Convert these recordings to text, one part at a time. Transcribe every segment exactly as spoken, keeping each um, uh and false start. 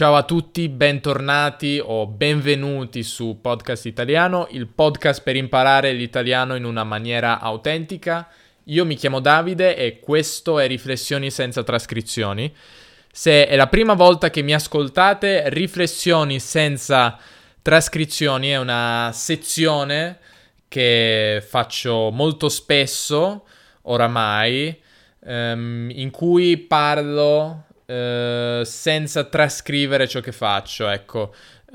Ciao a tutti, bentornati o benvenuti su Podcast Italiano, il podcast per imparare l'italiano in una maniera autentica. Io mi chiamo Davide e questo è Riflessioni senza trascrizioni. Se è la prima volta che mi ascoltate, Riflessioni senza trascrizioni è una sezione che faccio molto spesso, oramai, ehm, in cui parlo Uh, senza trascrivere ciò che faccio, ecco.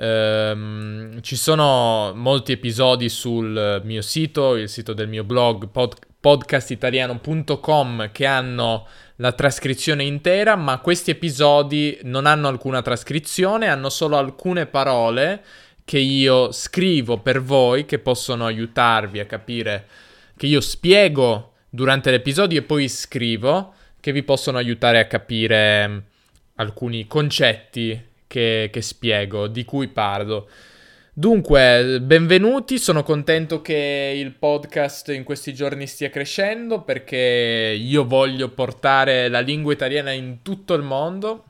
Um, ci sono molti episodi sul mio sito, il sito del mio blog pod- podcast italiano punto com, che hanno la trascrizione intera, ma questi episodi non hanno alcuna trascrizione, hanno solo alcune parole che io scrivo per voi, che possono aiutarvi a capire, che io spiego durante l'episodio e poi scrivo, che vi possono aiutare a capire alcuni concetti che, che spiego, di cui parlo. Dunque, benvenuti, sono contento che il podcast in questi giorni stia crescendo perché io voglio portare la lingua italiana in tutto il mondo.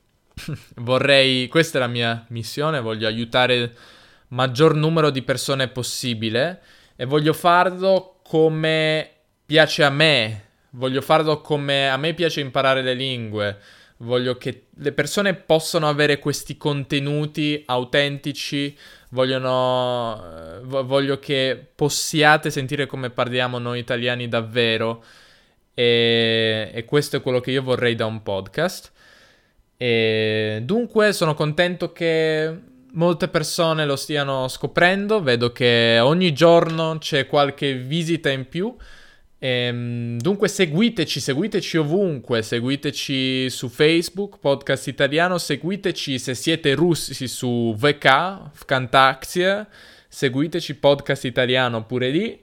Vorrei, questa è la mia missione, voglio aiutare il maggior numero di persone possibile e voglio farlo come piace a me. Voglio farlo come a me piace imparare le lingue. Voglio che le persone possano avere questi contenuti autentici. Vogliono, voglio che possiate sentire come parliamo noi italiani davvero. E, e questo è quello che io vorrei da un podcast. E dunque sono contento che molte persone lo stiano scoprendo. Vedo che ogni giorno c'è qualche visita in più. Ehm, dunque seguiteci, seguiteci ovunque, seguiteci su Facebook, Podcast Italiano, seguiteci se siete russi su V K, Vkontakte, seguiteci Podcast Italiano pure lì.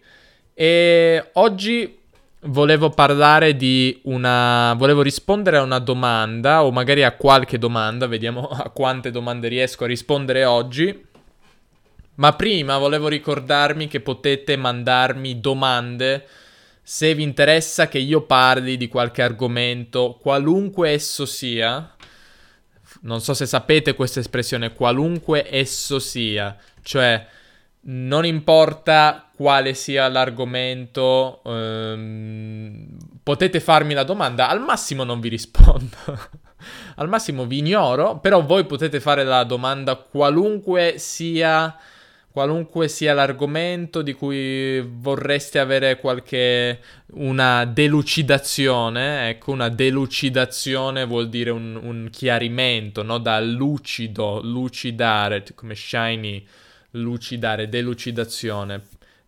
E oggi volevo parlare di una... volevo rispondere a una domanda, o magari a qualche domanda, vediamo a quante domande riesco a rispondere oggi. Ma prima volevo ricordarmi che potete mandarmi domande se vi interessa che io parli di qualche argomento, qualunque esso sia. Non so se sapete questa espressione, qualunque esso sia. Cioè, non importa quale sia l'argomento, ehm, potete farmi la domanda, al massimo non vi rispondo. Al massimo vi ignoro, però voi potete fare la domanda qualunque sia... qualunque sia l'argomento di cui vorreste avere qualche una delucidazione. Ecco, una delucidazione vuol dire un, un chiarimento, no? Da lucido, lucidare, come shiny, lucidare, delucidazione.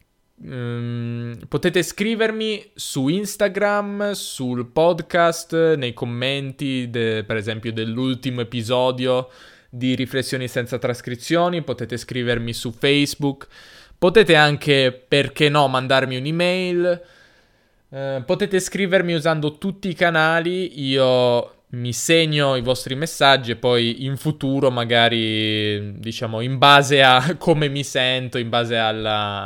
Um, potete scrivermi su Instagram, sul podcast, nei commenti, de, per esempio dell'ultimo episodio di Riflessioni senza trascrizioni. Potete scrivermi su Facebook, potete anche, perché no, mandarmi un'email, eh, potete scrivermi usando tutti i canali. Io mi segno i vostri messaggi e poi in futuro magari, diciamo, in base a come mi sento, in base alla...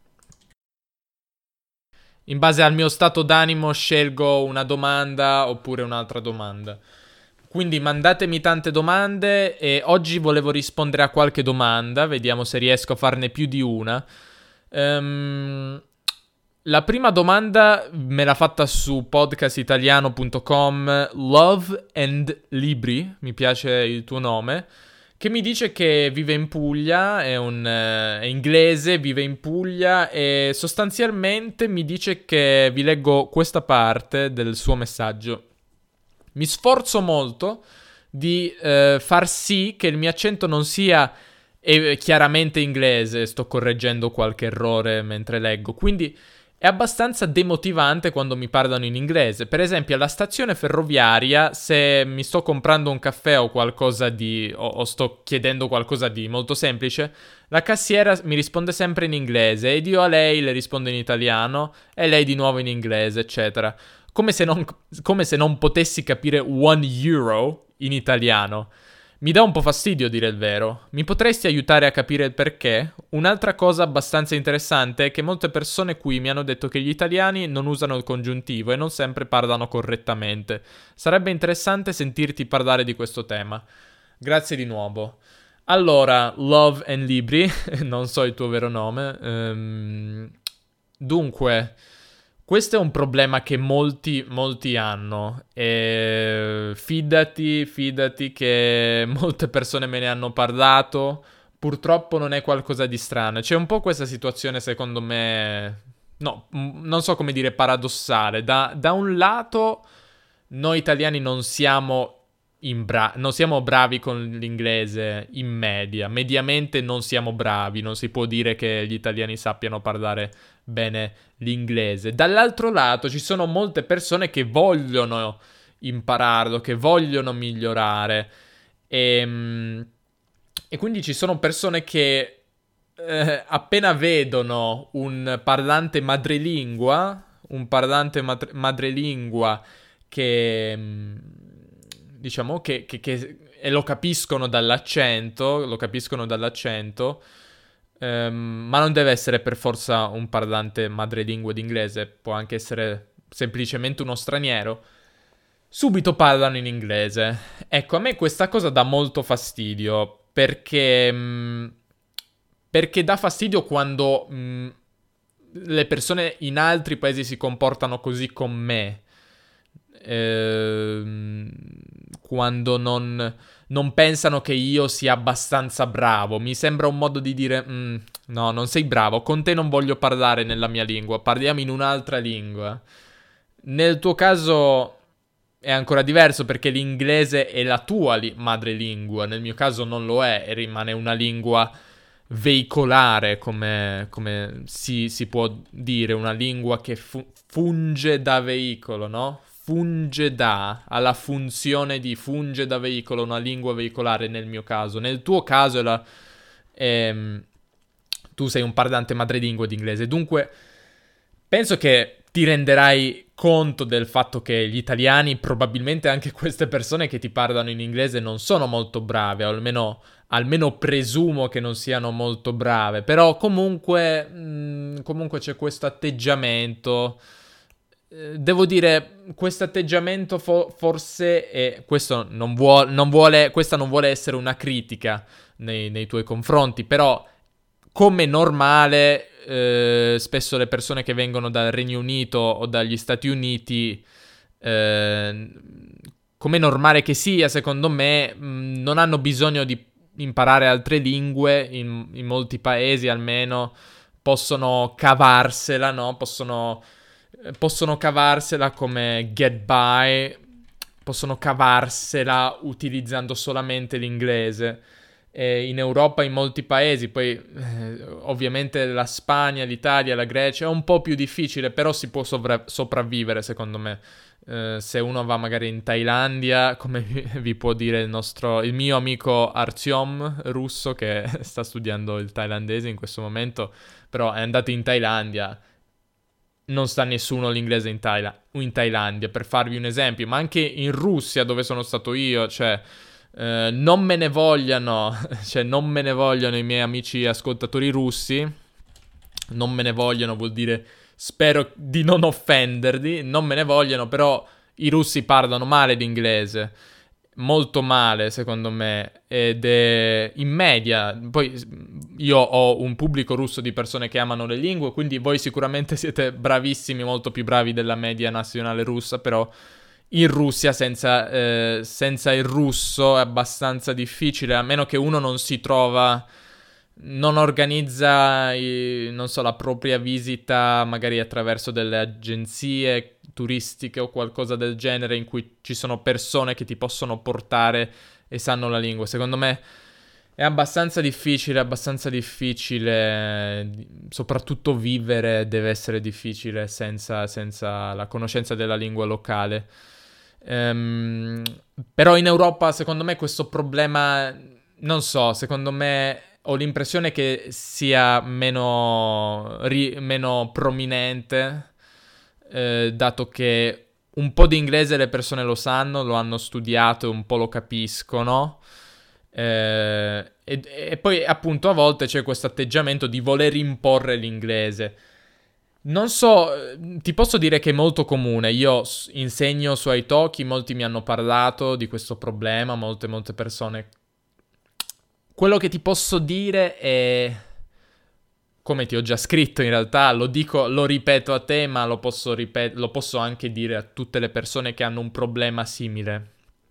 in base al mio stato d'animo scelgo una domanda oppure un'altra domanda. Quindi mandatemi tante domande e oggi volevo rispondere a qualche domanda, vediamo se riesco a farne più di una. Um, la prima domanda me l'ha fatta su podcast italiano punto com, Love and Libri, mi piace il tuo nome, che mi dice che vive in Puglia, è, un, è inglese, vive in Puglia e sostanzialmente mi dice che vi leggo questa parte del suo messaggio. Mi sforzo molto di eh, far sì che il mio accento non sia eh, chiaramente inglese, sto correggendo qualche errore mentre leggo, quindi è abbastanza demotivante quando mi parlano in inglese. Per esempio alla stazione ferroviaria, se mi sto comprando un caffè o qualcosa di... o, o sto chiedendo qualcosa di molto semplice, la cassiera mi risponde sempre in inglese ed io a lei le rispondo in italiano e lei di nuovo in inglese, eccetera. Come se non, come se non potessi capire one euro in italiano. Mi dà un po' fastidio, dire il vero. Mi potresti aiutare a capire il perché? Un'altra cosa abbastanza interessante è che molte persone qui mi hanno detto che gli italiani non usano il congiuntivo e non sempre parlano correttamente. Sarebbe interessante sentirti parlare di questo tema. Grazie di nuovo. Allora, Love and Libri, non so il tuo vero nome. Ehm, dunque, questo è un problema che molti, molti hanno. E fidati, fidati che molte persone me ne hanno parlato. Purtroppo non è qualcosa di strano. C'è un po' questa situazione, secondo me, no, m- non so come dire, paradossale. Da, da un lato, noi italiani non siamo in bra- non siamo bravi con l'inglese in media. Mediamente non siamo bravi. Non si può dire che gli italiani sappiano parlare bene l'inglese. Dall'altro lato ci sono molte persone che vogliono impararlo, che vogliono migliorare. E, e quindi ci sono persone che eh, appena vedono un parlante madrelingua, un parlante madre- madrelingua che mm, diciamo che, che, che e lo capiscono dall'accento, lo capiscono dall'accento, ehm, ma non deve essere per forza un parlante madrelingua d'inglese, può anche essere semplicemente uno straniero. Subito parlano in inglese. Ecco, a me questa cosa dà molto fastidio perché mh, perché dà fastidio quando mh, le persone in altri paesi si comportano così con me. Ehm, quando non, non pensano che io sia abbastanza bravo. Mi sembra un modo di dire: "Mm, no, non sei bravo, con te non voglio parlare nella mia lingua, parliamo in un'altra lingua." Nel tuo caso è ancora diverso perché l'inglese è la tua li- madrelingua, nel mio caso non lo è e rimane una lingua veicolare, come, come si, si può dire, una lingua che fu- funge da veicolo, no? Funge da, ha la funzione di funge da veicolo, una lingua veicolare nel mio caso. Nel tuo caso è la, ehm, tu sei un parlante madrelingua di inglese, dunque penso che ti renderai conto del fatto che gli italiani, probabilmente anche queste persone che ti parlano in inglese, non sono molto brave, o almeno, almeno presumo che non siano molto brave, però comunque, mh, comunque c'è questo atteggiamento. Eh, Devo dire, questo atteggiamento fo- forse è, questo non vuole, non vuole, questa non vuole essere una critica nei, nei tuoi confronti, però come normale, eh, spesso le persone che vengono dal Regno Unito o dagli Stati Uniti, eh, come normale che sia, secondo me, mh, non hanno bisogno di imparare altre lingue, in, in molti paesi almeno, possono cavarsela, no? Possono, eh, possono cavarsela come get by, possono cavarsela utilizzando solamente l'inglese. Eh, in Europa, in molti paesi, poi eh, ovviamente la Spagna, l'Italia, la Grecia è un po' più difficile, però si può sovra- sopravvivere secondo me. Eh, se uno va magari in Thailandia, come vi, vi può dire il nostro, il mio amico Artyom russo che sta studiando il thailandese in questo momento, però è andato in Thailandia, non sta nessuno l'inglese in, Thaila- in Thailandia, per farvi un esempio, ma anche in Russia dove sono stato io, cioè eh, non me ne vogliano, cioè non me ne vogliono i miei amici ascoltatori russi, non me ne vogliono vuol dire spero di non offenderli, non me ne vogliono, però i russi parlano male l'inglese, molto male secondo me, ed è in media, poi io ho un pubblico russo di persone che amano le lingue, quindi voi sicuramente siete bravissimi, molto più bravi della media nazionale russa, però in Russia senza, eh, senza il russo è abbastanza difficile, a meno che uno non si trova, non organizza, i- non so, la propria visita magari attraverso delle agenzie turistiche o qualcosa del genere in cui ci sono persone che ti possono portare e sanno la lingua. Secondo me è abbastanza difficile, abbastanza difficile, soprattutto vivere deve essere difficile senza, senza la conoscenza della lingua locale. Ehm, Però in Europa, secondo me, questo problema, non so, secondo me ho l'impressione che sia meno, ri- meno prominente, eh, dato che un po' di inglese le persone lo sanno, lo hanno studiato e un po' lo capiscono. Eh, e, e poi appunto a volte c'è questo atteggiamento di voler imporre l'inglese. Non so, eh, ti posso dire che è molto comune. Io s- insegno su Italki, molti mi hanno parlato di questo problema, molte molte persone quello che ti posso dire è, come ti ho già scritto in realtà, lo dico, lo ripeto a te, ma lo posso, ripet- lo posso anche dire a tutte le persone che hanno un problema simile.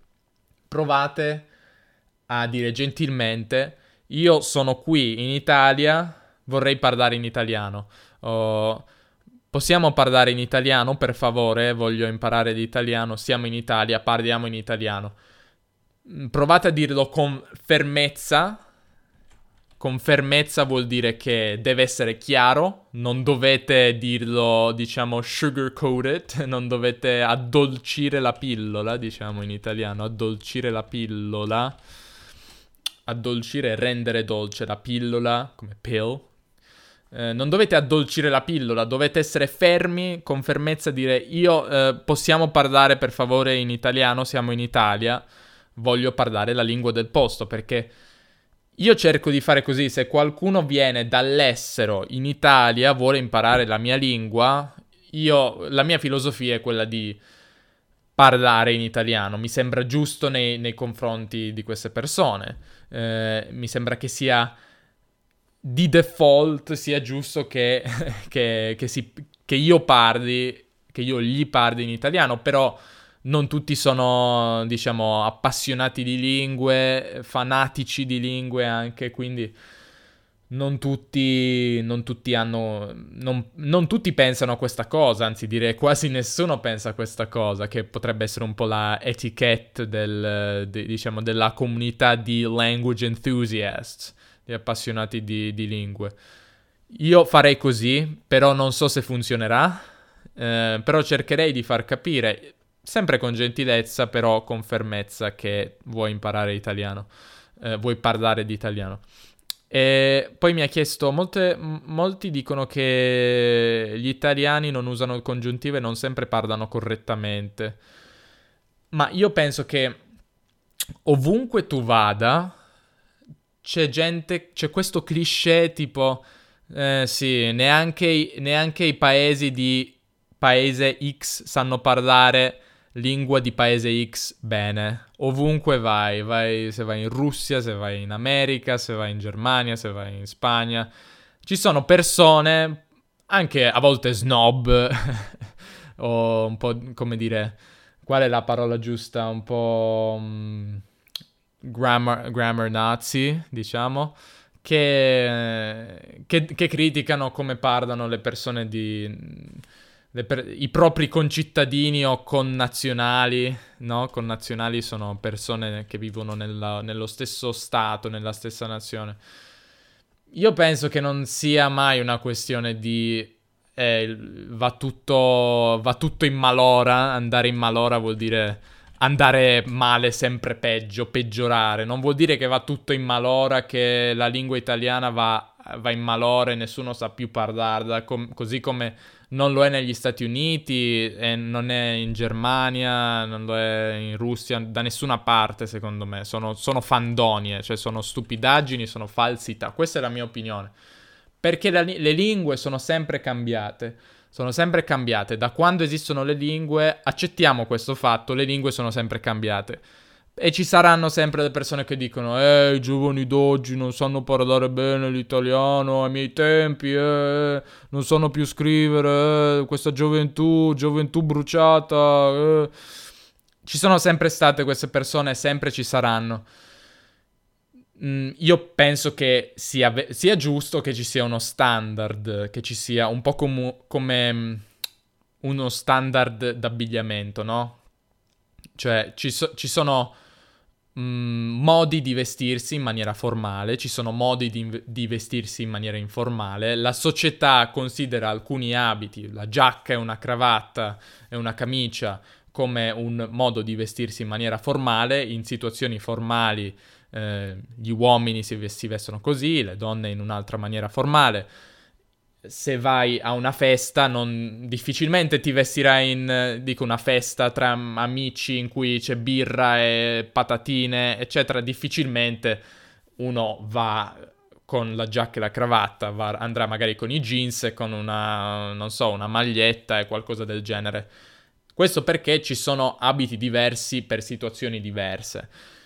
Provate a dire gentilmente: io sono qui in Italia, vorrei parlare in italiano. Oh, possiamo parlare in italiano, per favore? Voglio imparare l'italiano. Siamo in Italia, parliamo in italiano. Provate a dirlo con fermezza. Con fermezza vuol dire che deve essere chiaro, non dovete dirlo, diciamo, sugar-coated, non dovete addolcire la pillola, diciamo in italiano, addolcire la pillola, addolcire e rendere dolce la pillola, come pill. Eh, non dovete addolcire la pillola, dovete essere fermi, con fermezza dire: io eh, possiamo parlare per favore in italiano, siamo in Italia, voglio parlare la lingua del posto, perché io cerco di fare così. Se qualcuno viene dall'estero in Italia, vuole imparare la mia lingua, io, la mia filosofia è quella di parlare in italiano. Mi sembra giusto nei, nei confronti di queste persone. Eh, mi sembra che sia di default, sia giusto che, che, che, si, che io parli, che io gli parli in italiano, però non tutti sono, diciamo, appassionati di lingue, fanatici di lingue anche, quindi non tutti, non tutti hanno, non, non tutti pensano a questa cosa, anzi direi quasi nessuno pensa a questa cosa, che potrebbe essere un po' la etiquette del, de, diciamo, della comunità di language enthusiasts, di appassionati di, di lingue. Io farei così, però non so se funzionerà, eh, però cercherei di far capire, sempre con gentilezza, però con fermezza, che vuoi imparare italiano, eh, vuoi parlare di italiano. E poi mi ha chiesto, molte, m- molti dicono che gli italiani non usano il congiuntivo e non sempre parlano correttamente. Ma io penso che ovunque tu vada, c'è gente, c'è questo cliché tipo, eh sì, neanche i, neanche i paesi di paese X sanno parlare lingua di paese X bene. Ovunque vai, vai, se vai in Russia, se vai in America, se vai in Germania, se vai in Spagna, ci sono persone, anche a volte snob, o un po', come dire, qual è la parola giusta? Un po' mm, grammar, grammar nazi, diciamo, che, che, che criticano come parlano le persone di... Le per- i propri concittadini o connazionali, no? Connazionali sono persone che vivono nella- nello stesso stato, nella stessa nazione. Io penso che non sia mai una questione di eh, va tutto, va tutto in malora. Andare in malora vuol dire andare male sempre peggio, peggiorare. Non vuol dire che va tutto in malora, che la lingua italiana va, va in malora e nessuno sa più parlarla, com- così come non lo è negli Stati Uniti, e non è in Germania, non lo è in Russia, da nessuna parte secondo me. Sono, sono fandonie, cioè sono stupidaggini, sono falsità. Questa è la mia opinione. Perché la, le lingue sono sempre cambiate. Sono sempre cambiate. Da quando esistono le lingue, accettiamo questo fatto, le lingue sono sempre cambiate. E ci saranno sempre le persone che dicono: Eh, i giovani d'oggi non sanno parlare bene l'italiano, ai miei tempi, eh, non sanno più scrivere, eh, questa gioventù, gioventù bruciata, eh. Ci sono sempre state queste persone, sempre ci saranno. Mm, io penso che sia, sia giusto che ci sia uno standard, che ci sia un po' comu- come mm, uno standard d'abbigliamento, no? Cioè, ci, so- ci sono mm, modi di vestirsi in maniera formale, ci sono modi di, di vestirsi in maniera informale. La società considera alcuni abiti, la giacca e una cravatta e una camicia, come un modo di vestirsi in maniera formale. In situazioni formali eh, gli uomini si, si vestono così, le donne in un'altra maniera formale. Se vai a una festa, non, difficilmente ti vestirai in, eh, dico, una festa tra amici in cui c'è birra e patatine, eccetera. Difficilmente uno va con la giacca e la cravatta, va, andrà magari con i jeans e con una, non so, una maglietta e qualcosa del genere. Questo perché ci sono abiti diversi per situazioni diverse.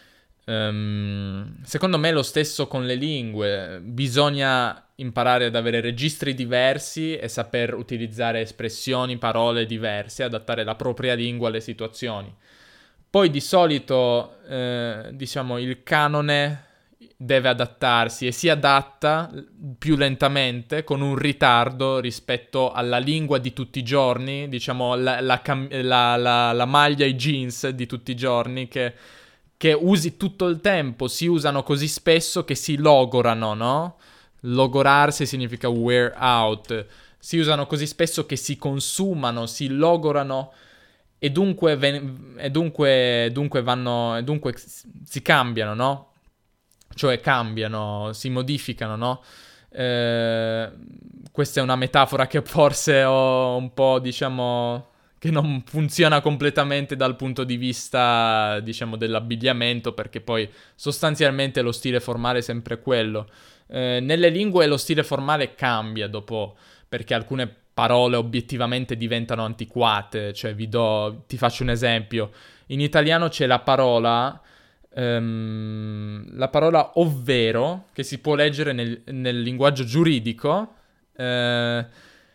Um, secondo me è lo stesso con le lingue, bisogna imparare ad avere registri diversi e saper utilizzare espressioni, parole diverse, adattare la propria lingua alle situazioni. Poi di solito, eh, diciamo, il canone deve adattarsi e si adatta più lentamente, con un ritardo rispetto alla lingua di tutti i giorni, diciamo la, la, la, la, la maglia, i jeans di tutti i giorni che, che usi tutto il tempo, si usano così spesso che si logorano, no? Logorarsi significa wear out, si usano così spesso che si consumano, si logorano e dunque, ven- e dunque, dunque vanno, e dunque si cambiano, no? Cioè cambiano, si modificano, no? Eh, questa è una metafora che forse ho un po', diciamo, che non funziona completamente dal punto di vista, diciamo, dell'abbigliamento, perché poi sostanzialmente lo stile formale è sempre quello. Eh, nelle lingue lo stile formale cambia dopo, perché alcune parole obiettivamente diventano antiquate, cioè vi do, ti faccio un esempio. In italiano c'è la parola... Um, la parola ovvero, che si può leggere nel, nel linguaggio giuridico, eh,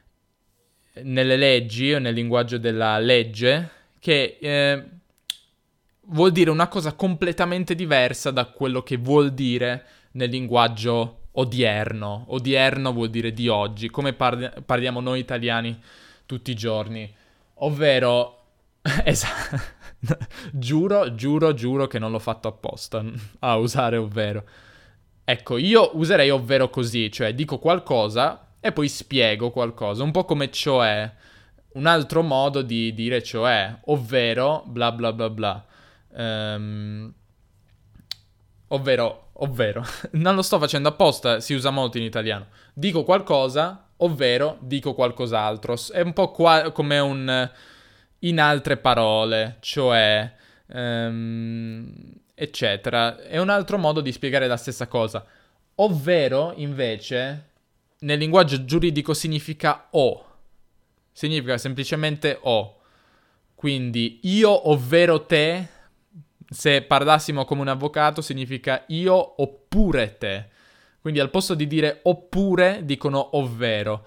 nelle leggi o nel linguaggio della legge, che eh, vuol dire una cosa completamente diversa da quello che vuol dire nel linguaggio odierno. Odierno vuol dire di oggi, come par- parliamo noi italiani tutti i giorni. Ovvero, esatto. giuro, giuro, giuro che non l'ho fatto apposta a usare ovvero. Ecco, io userei ovvero così, cioè dico qualcosa e poi spiego qualcosa, un po' come cioè, un altro modo di dire cioè, ovvero bla bla bla bla. Um, ovvero, ovvero, non lo sto facendo apposta, si usa molto in italiano. Dico qualcosa, ovvero dico qualcos'altro. È un po' qua come un... in altre parole, cioè, um, eccetera. È un altro modo di spiegare la stessa cosa. Ovvero, invece, nel linguaggio giuridico significa o. Significa semplicemente o. Quindi io, ovvero te, se parlassimo come un avvocato, significa io oppure te. Quindi al posto di dire oppure, dicono ovvero.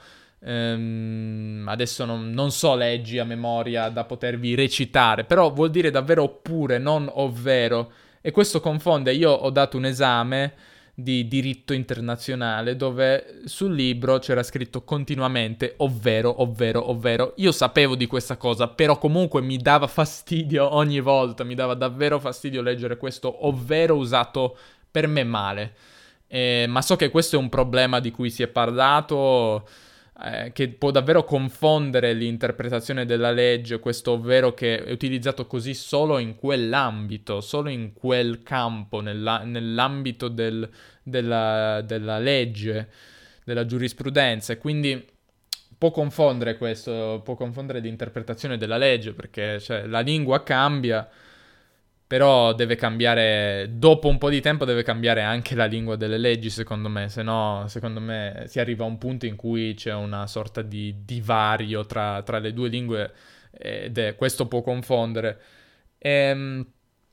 Um, adesso non, non so leggi a memoria da potervi recitare, però vuol dire davvero oppure, non ovvero. E questo confonde. Io ho dato un esame di diritto internazionale dove sul libro c'era scritto continuamente ovvero, ovvero, ovvero. Io sapevo di questa cosa, però comunque mi dava fastidio ogni volta, mi dava davvero fastidio leggere questo ovvero usato per me male. Eh, ma so che questo è un problema di cui si è parlato, eh, che può davvero confondere l'interpretazione della legge, questo ovvero che è utilizzato così solo in quell'ambito, solo in quel campo, nella, nell'ambito del, della, della legge, della giurisprudenza, e quindi può confondere questo, può confondere l'interpretazione della legge, perché cioè, la lingua cambia, però deve cambiare, dopo un po' di tempo deve cambiare anche la lingua delle leggi, secondo me, se no, secondo me si arriva a un punto in cui c'è una sorta di divario tra, tra le due lingue ed è, questo può confondere. Ehm,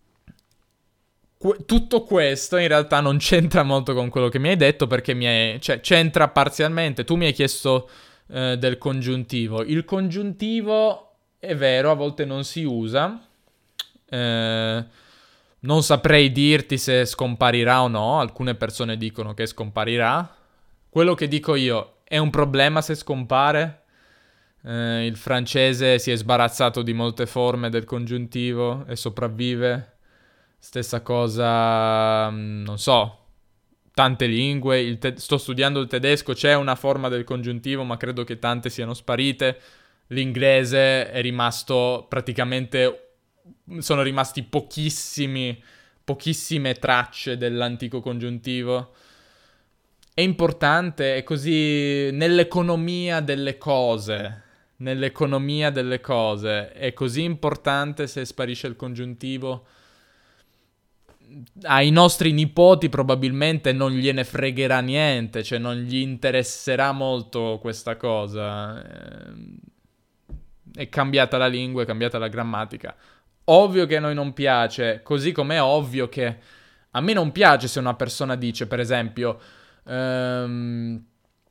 que- tutto questo in realtà non c'entra molto con quello che mi hai detto, perché mi hai, cioè, c'entra parzialmente. Tu mi hai chiesto eh, del congiuntivo. Il congiuntivo, è vero, a volte non si usa. Eh, non saprei dirti se scomparirà o no. Alcune persone dicono che scomparirà. Quello che dico io, è un problema se scompare? Eh, il francese si è sbarazzato di molte forme del congiuntivo e sopravvive. Stessa cosa, mm, non so, tante lingue. Il te- sto studiando il tedesco, c'è una forma del congiuntivo, ma credo che tante siano sparite. L'inglese è rimasto praticamente... sono rimasti pochissimi, pochissime tracce dell'antico congiuntivo. È importante, è così nell'economia delle cose. Nell'economia delle cose è così importante se sparisce il congiuntivo. Ai nostri nipoti probabilmente non gliene fregherà niente, cioè non gli interesserà molto questa cosa. È cambiata la lingua, è cambiata la grammatica. Ovvio che a noi non piace, così come è ovvio che A me non piace se una persona dice, per esempio, ehm,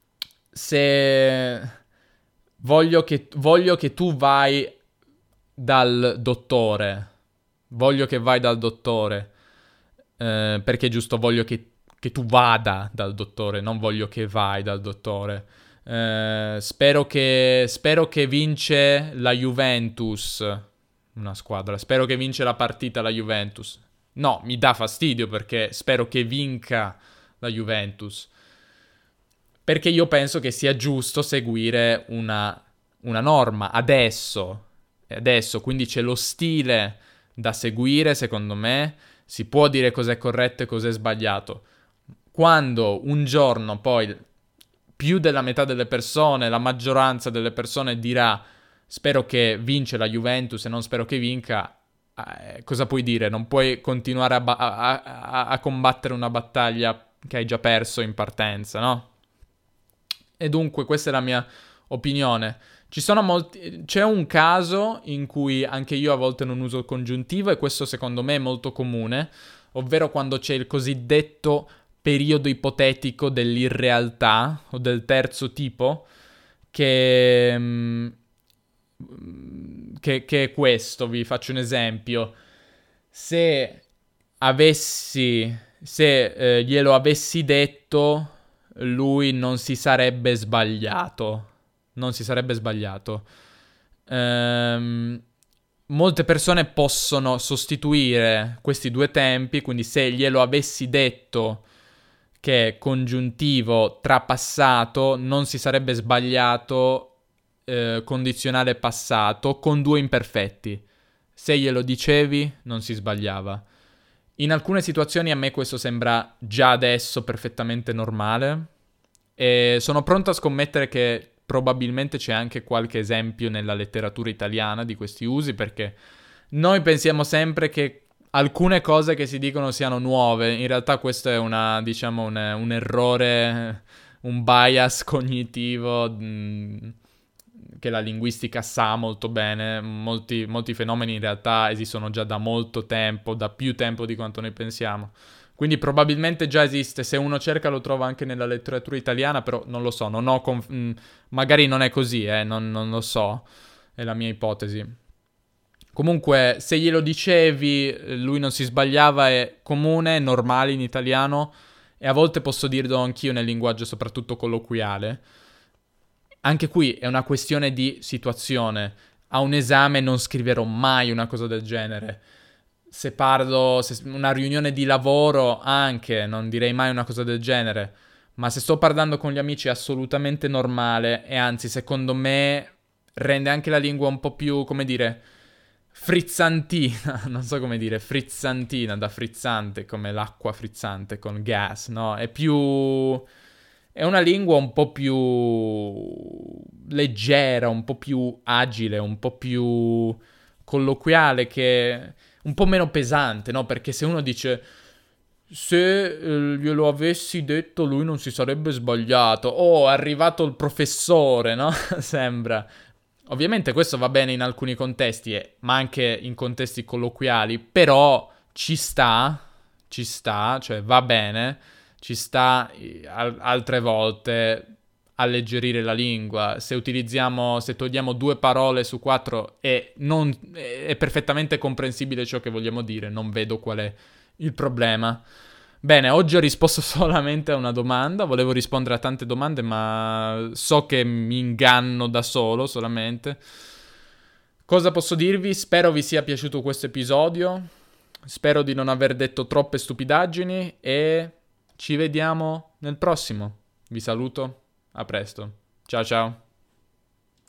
se voglio che, voglio che tu vai dal dottore, voglio che vai dal dottore, eh, perché giusto voglio che, che tu vada dal dottore, non voglio che vai dal dottore. Eh, spero che, spero che vince la Juventus, una squadra, spero che vince la partita la Juventus. No, mi dà fastidio perché spero che vinca la Juventus. Perché io penso che sia giusto seguire una, una norma adesso, adesso, quindi c'è lo stile da seguire, secondo me, si può dire cos'è corretto e cos'è sbagliato. Quando un giorno poi più della metà delle persone, la maggioranza delle persone dirà spero che vince la Juventus e non spero che vinca, eh, cosa puoi dire? Non puoi continuare a, ba- a, a, a combattere una battaglia che hai già perso in partenza, no? E dunque questa è la mia opinione. Ci sono molti... C'è un caso in cui anche io a volte non uso il congiuntivo e questo secondo me è molto comune, ovvero quando c'è il cosiddetto periodo ipotetico dell'irrealtà o del terzo tipo, che, mm, che, che è questo. Vi faccio un esempio. Se avessi... Se eh, glielo avessi detto, lui non si sarebbe sbagliato. Non si sarebbe sbagliato. Ehm, molte persone possono sostituire questi due tempi, quindi se glielo avessi detto che è congiuntivo trapassato, non si sarebbe sbagliato, eh, condizionale passato, con due imperfetti. Se glielo dicevi, non si sbagliava. In alcune situazioni a me questo sembra già adesso perfettamente normale e sono pronto a scommettere che probabilmente c'è anche qualche esempio nella letteratura italiana di questi usi, perché noi pensiamo sempre che alcune cose che si dicono siano nuove, in realtà questo è una, diciamo, un, un errore, un bias cognitivo mh, che la linguistica sa molto bene. Molti, molti fenomeni in realtà esistono già da molto tempo, da più tempo di quanto noi pensiamo. Quindi probabilmente già esiste, se uno cerca lo trova anche nella letteratura italiana, però non lo so, non ho conf- mh, magari non è così, eh, non, non lo so, è la mia ipotesi. Comunque, se glielo dicevi, lui non si sbagliava, è comune, è normale in italiano, e a volte posso dirlo anch'io nel linguaggio soprattutto colloquiale. Anche qui è una questione di situazione. A un esame non scriverò mai una cosa del genere. Se parlo, se una riunione di lavoro anche, non direi mai una cosa del genere. Ma se sto parlando con gli amici è assolutamente normale e anzi, secondo me, rende anche la lingua un po' più, come dire, frizzantina. Non so come dire, frizzantina, da frizzante, come l'acqua frizzante con gas, no? È più... È una lingua un po' più leggera, un po' più agile, un po' più colloquiale, che un po' meno pesante, no? Perché se uno dice se eh, glielo avessi detto lui non si sarebbe sbagliato, oh, è arrivato il professore, no? Sembra. Ovviamente questo va bene in alcuni contesti, eh, ma anche in contesti colloquiali, però ci sta, ci sta, cioè va bene. Ci sta altre volte alleggerire la lingua. Se utilizziamo, se togliamo due parole su quattro e non, è perfettamente comprensibile ciò che vogliamo dire, non vedo qual è il problema. Bene, oggi ho risposto solamente a una domanda, volevo rispondere a tante domande, ma so che mi inganno da solo solamente. Cosa posso dirvi? Spero vi sia piaciuto questo episodio, spero di non aver detto troppe stupidaggini e ci vediamo nel prossimo. Vi saluto, a presto. Ciao ciao.